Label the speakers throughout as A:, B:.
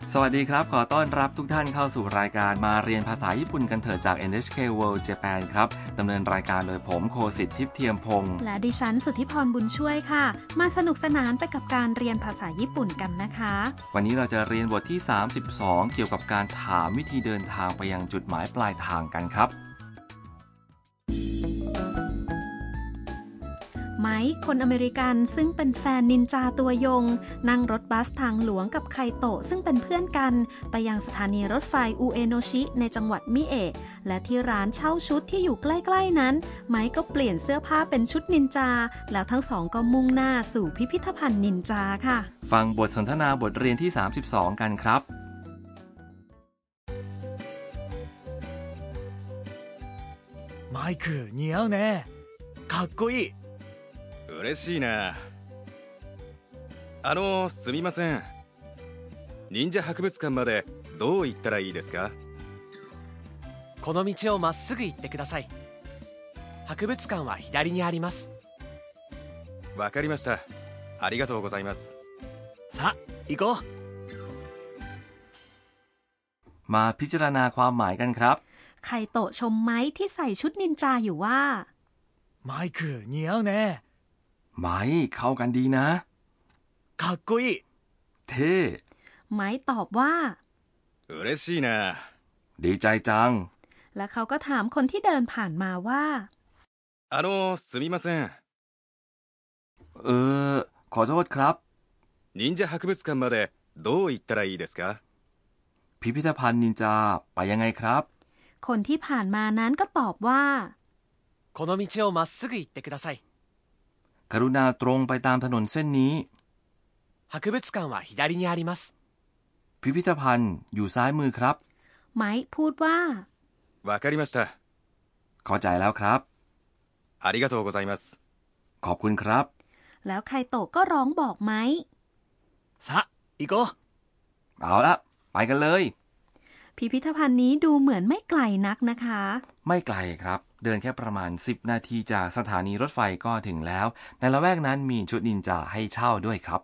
A: สวัสดีครับขอต้อนรับทุกท่านเข้าสู่รายการมาเรียนภาษาญี่ปุ่นกันเถิดจาก NHK World Japan ครับดำเนินรายการโดยผมโคสิทธิ์ทิพย์เทียมพงษ์
B: และดิฉันสุทธิพรบุญช่วยค่ะมาสนุกสนานไปกับการเรียนภาษาญี่ปุ่นกันนะคะ
A: วันนี้เราจะเรียนบทที่32เกี่ยวกับการถามวิธีเดินทางไปยังจุดหมายปลายทางกันครับ
B: ไมค์คนอเมริกันซึ่งเป็นแฟนนินจาตัวยงนั่งรถบัสทางหลวงกับไคโตะซึ่งเป็นเพื่อนกันไปยังสถานีรถไฟอุเอโนชิในจังหวัดมิเอะและที่ร้านเช่าชุดที่อยู่ใกล้ๆนั้นไมค์ก็เปลี่ยนเสื้อผ้าเป็นชุดนินจาแล้วทั้งสองก็มุ่งหน้าสู่พิพิธภัณฑ์นินจาค่ะ
A: ฟังบทสนทนาบทเรียนที่32กันครับ
C: マイク似合うねかっこいい
D: 嬉しいなすみません忍者博物館までどう行ったらいいですか
C: この道をまっすぐ行ってください博物館は左にあります
D: わかりましたありがとうございます
C: さあ行こう
A: มาพิจารณาความหมายกันครับ
B: ไคโตะชมไมค์ที่ใส่ชุดนินจาอยู่ว่า
C: マイク似合うね
A: ไม้เข้ากันดีนะ
C: かっこいい
A: เท่
B: ไมค์ตอบว่า
D: 嬉しいな
A: ดีใจจัง
B: และเขาก็ถามคนที่เดินผ่านมาว่า
D: すみません
A: ขอโทษครับ
D: 忍者博物館までどう行ったらいいですか
A: พิพิธภัณฑ์นินจาไปยังไงครับ
B: คนที่ผ่านมานั้นก็ตอบว่า
C: この道をまっすぐ行ってください
A: กรุณาตรงไปตามถนนเส้นนี้
C: 博物館は左にあります
A: พิพิธภัณฑ์อยู่ซ้ายมือครับ
B: ไมค์พูดว่า
D: わかりました
A: เข้าใจแล้วครับ
D: ありがとうございます
A: ขอบคุณครับ
B: แล้วไคโตะก็ร้องบอกไมค์
C: さあ行こう
A: เอาละไปกันเลย
B: พิพิธภัณฑ์นี้ดูเหมือนไม่ไกลนักนะคะ
A: ไม่ไกลครับเดินแค่ประมาณ10นาทีจากสถานีรถไฟก็ถึงแล้วในละแวกนั้นมีชุดนินจาให้เช่าด้วยครับ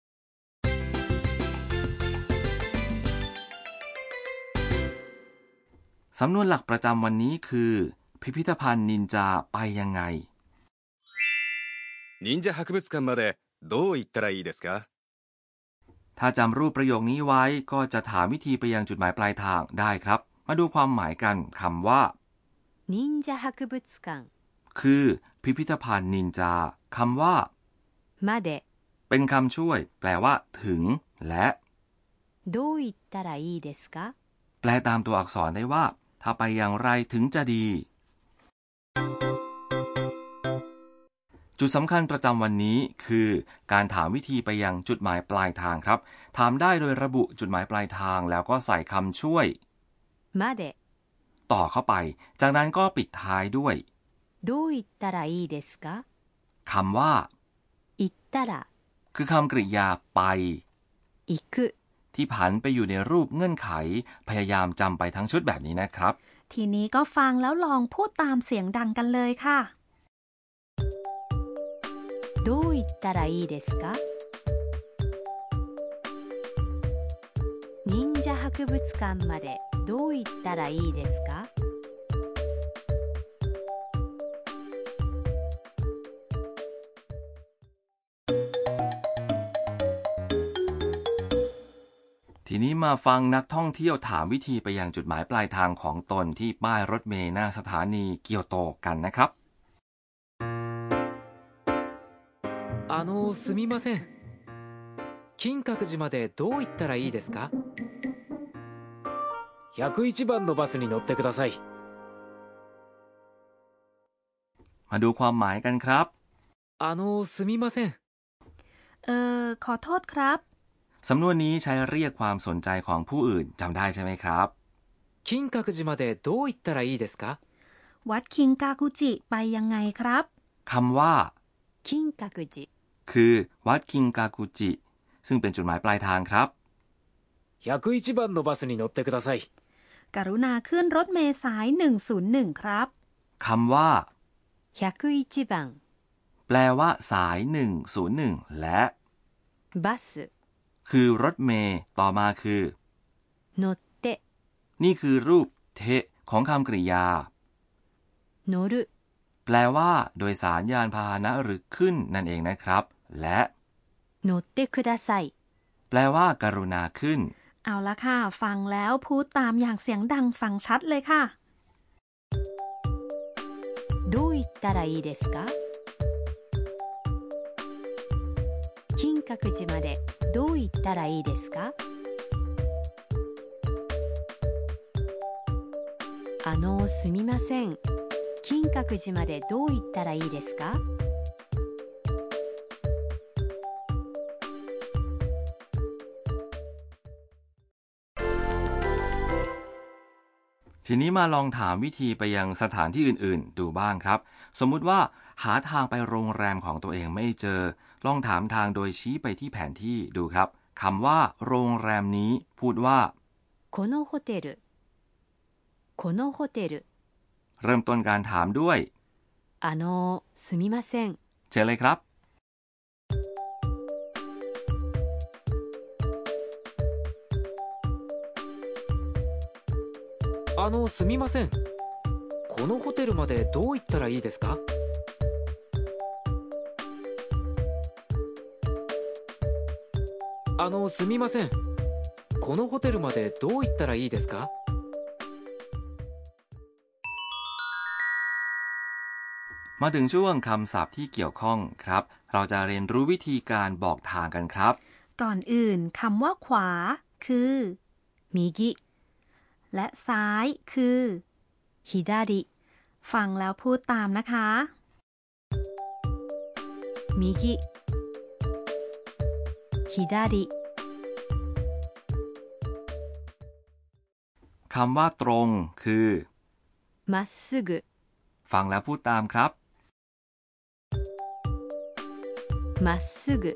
A: สำนวนหลักประจำวันนี้คือพิพิธภัณฑ์นินจาไปยังไง
D: 忍者博物館までどう行ったらいいですか
A: ถ้าจำรูปประโยคนี้ไว้ก็จะถามวิธีไปยังจุดหมายปลายทางได้ครับมาดูความหมายกันคำว่า
B: 忍者博物館
A: คือพิพิธภัณฑ์นินจาคำว่า
B: まで
A: เป็นคำช่วยแปลว่าถึงและ
B: どう行ったらいいですか
A: แปลตามตัวอักษรได้ว่าถ้าไปอย่างไรถึงจะดีจุดสำคัญประจำวันนี้คือการถามวิธีไปยังจุดหมายปลายทางครับถามได้โดยระบุจุดหมายปลายทางแล้วก็ใส่คำช่วย
B: まで
A: ต่อเข้าไปจากนั้นก็ปิดท้ายด้วย
B: どう行ったらいいですか
A: คำว่า
B: 行ったら
A: คือคำกริยาไป
B: 行く
A: ที่ผันไปอยู่ในรูปเงื่อนไขพยายามจำไปทั้งชุดแบบนี้นะครับ
B: ทีนี้ก็ฟังแล้วลองพูดตามเสียงดังกันเลยค่ะどう行ったらいいですか忍者博物館までどう行ったらいいですか
A: ทีนี้มาฟังนักท่องเที่ยวถามวิธีไปยังจุดหมายปลายทางของตนที่ป้ายรถเมล์หน้าสถานีเกียวโตกันนะครับ
C: すみません金閣寺までどう行ったらいいですか101番のバスに乗ってください
A: มาดูความหมายกันครับ
C: すみません
B: ขอโทษครับ
A: สำนวนนี้ใช้เรียกความสนใจของผู้อื่นจำได้ใช่ไหมครับ
C: 金閣寺までどう行ったらいいですか
B: วัดคิงกากุจิไปยังไงครับ
A: คำว่า
B: คิงกากุจิ
A: คือวัดคิงกากุจิซึ่งเป็นจุดหมายปลายทางครับ
C: 101番のバスに乗ってください
B: กรุณาขึ้นรถเมล์สาย101ครับ
A: คำว่า
B: 101番
A: แปลว่าสาย101และ
B: บัส
A: คือรถเมล์ต่อมาคือ
E: 乗って
A: นี่คือรูปเทของคำกริยา
E: 乗る
A: แปลว่าโดยสารยานพาหนะหรือขึ้นนั่นเองนะครับและ
E: 乗ってください
A: แปลว่ากรุณาขึ้น
B: เอาละค่ะฟังแล้วพูดตามอย่างเสียงดังฟังชัดเลยค่ะ
E: どう言ったらいいですか金閣寺までどう行ったらいいですかすみません金閣寺までどう行ったらいいですか
A: ทีนี้มาลองถามวิธีไปยังสถานที่อื่นๆดูบ้างครับสมมุติว่าหาทางไปโรงแรมของตัวเองไม่เจอลองถามทางโดยชี้ไปที่แผนที่ดูครับคำว่าโรงแรมนี้พูดว่า
E: このホテルこのホテル
A: เริ่มต้นการถามด้วย
E: すみません
A: เชิญเลยครับ
F: すみませんこのホテルまでどう行ったらいいですかすみませんこのホテルまでどう行ったらいいですか
A: มาถึงช่วงคำศัพท์ที่เกี่ยวข้องครับเราจะเรียนรู้วิธีการบอกทางกันครับ
B: ก่อนอื่นคำว่าขวาคือ
E: 右
B: และซ้ายคือ
E: 左
B: ฟังแล้วพูดตามนะคะ
E: 右左
A: คำว่าตรงคือ
E: まっすぐ
A: ฟังแล้วพูดตามครับ
E: まっすぐ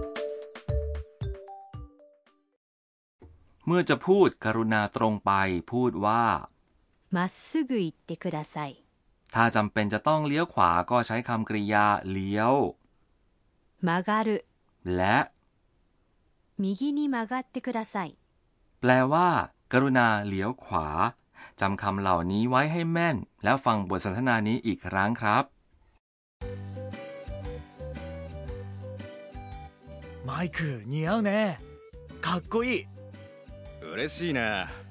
A: เมื่อจะพูดกรุณาตรงไปพูดว่า
E: まっすぐ行ってください
A: ถ้าจำเป็นจะต้องเลี้ยวขวาก็ใช้คำกริยาเลี้ยว
E: 曲がる
A: และ
E: 右に曲がってください
A: แปลว่ากรุณาเลี้ยวขวาจำคำเหล่านี้ไว้ให้แม่นแล้วฟังบทสนทนานี้อีกครั้งครับ
F: マイク似合うねかっこいい
D: 嬉しいな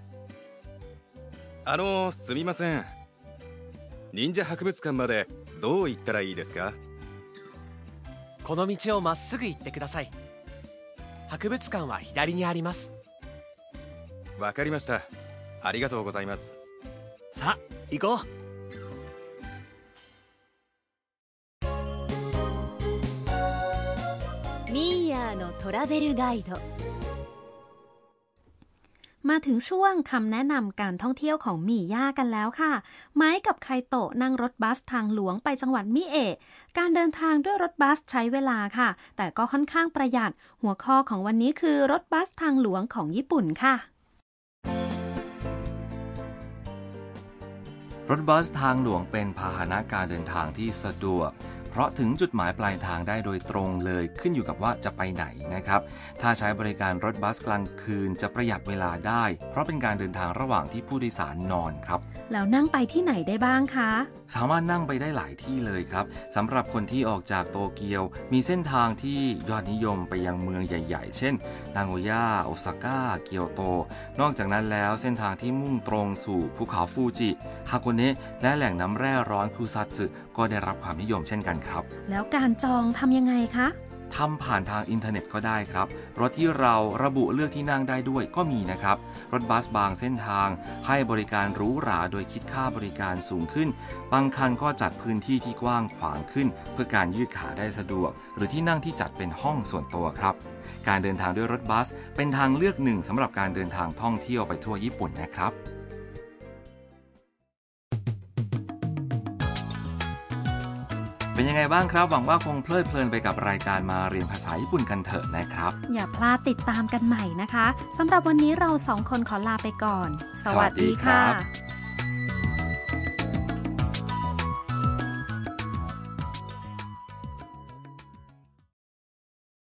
D: すみません忍者博物館までどう行ったらいいですか
C: この道をまっすぐ行ってください博物館は左にあります
D: わかりましたありがとうございます
F: さあ行こう
E: ミーヤーのトラベルガイド
B: มาถึงช่วงคำแนะนำการท่องเที่ยวของมีย่ากันแล้วค่ะไม้กับไคโตะนั่งรถบัสทางหลวงไปจังหวัดมิเอะการเดินทางด้วยรถบัสใช้เวลาค่ะแต่ก็ค่อนข้างประหยัดหัวข้อของวันนี้คือรถบัสทางหลวงของญี่ปุ่นค่ะ
A: รถบัสทางหลวงเป็นพาหนะการเดินทางที่สะดวกเพราะถึงจุดหมายปลายทางได้โดยตรงเลยขึ้นอยู่กับว่าจะไปไหนนะครับถ้าใช้บริการรถบัสกลางคืนจะประหยัดเวลาได้เพราะเป็นการเดินทางระหว่างที่ผู้โดยสารนอนครับ
B: แล้วนั่งไปที่ไหนได้บ้างคะ
A: สามารถนั่งไปได้หลายที่เลยครับสำหรับคนที่ออกจากโตเกียวมีเส้นทางที่ยอดนิยมไปยังเมืองใหญ่ๆเช่นนางโอย่าโอซาก้าเกียวโตนอกจากนั้นแล้วเส้นทางที่มุ่งตรงสู่ภูเขาฟูจิฮาโกเนะและแหล่งน้ำแร่ร้อนคุซัตสึก็ได้รับความนิยมเช่นกันครับ
B: แล้วการจองทำยังไงคะ
A: ทำผ่านทางอินเทอร์เน็ตก็ได้ครับรถที่เราระบุเลือกที่นั่งได้ด้วยก็มีนะครับรถบัสบางเส้นทางให้บริการหรูหราโดยคิดค่าบริการสูงขึ้นบางคันก็จัดพื้นที่ที่กว้างขวางขึ้นเพื่อการยืดขาได้สะดวกหรือที่นั่งที่จัดเป็นห้องส่วนตัวครับการเดินทางด้วยรถบัสเป็นทางเลือกหนึ่งสำหรับการเดินทางท่องเที่ยวไปทั่วญี่ปุ่นนะครับเป็นยังไงบ้างครับหวังว่าคงเพลิดเพลินไปกับรายการมาเรียนภาษาญี่ปุ่นกันเถอะนะครับ
B: อย่าพลาดติดตามกันใหม่นะคะสำหรับวันนี้เราสองคนขอลาไปก่อนสวัสดีค่ะ